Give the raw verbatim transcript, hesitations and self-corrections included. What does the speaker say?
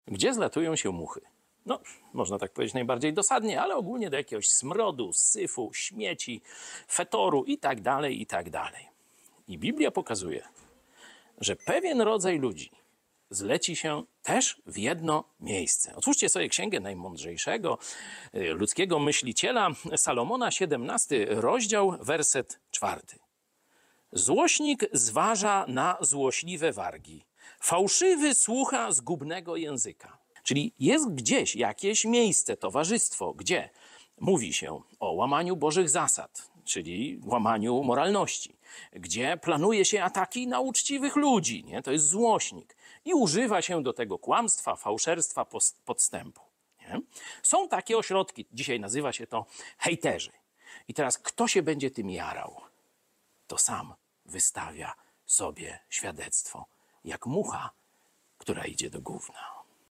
Gdzie zlatują się muchy? No, można tak powiedzieć najbardziej dosadnie, ale ogólnie do jakiegoś smrodu, syfu, śmieci, fetoru i tak dalej, i tak dalej. I Biblia pokazuje, że pewien rodzaj ludzi zleci się też w jedno miejsce. Otwórzcie sobie księgę najmądrzejszego ludzkiego myśliciela Salomona, siedemnasty rozdział, werset czwarty. Złośnik zważa na złośliwe wargi, fałszywy słucha zgubnego języka. Czyli jest gdzieś jakieś miejsce, towarzystwo, gdzie mówi się o łamaniu Bożych zasad, czyli łamaniu moralności, gdzie planuje się ataki na uczciwych ludzi, nie? To jest złośnik. I używa się do tego kłamstwa, fałszerstwa, podstępu. Nie? Są takie ośrodki, dzisiaj nazywa się to hejterzy. I teraz kto się będzie tym jarał? To sam wystawia sobie świadectwo, jak mucha, która idzie do gówna.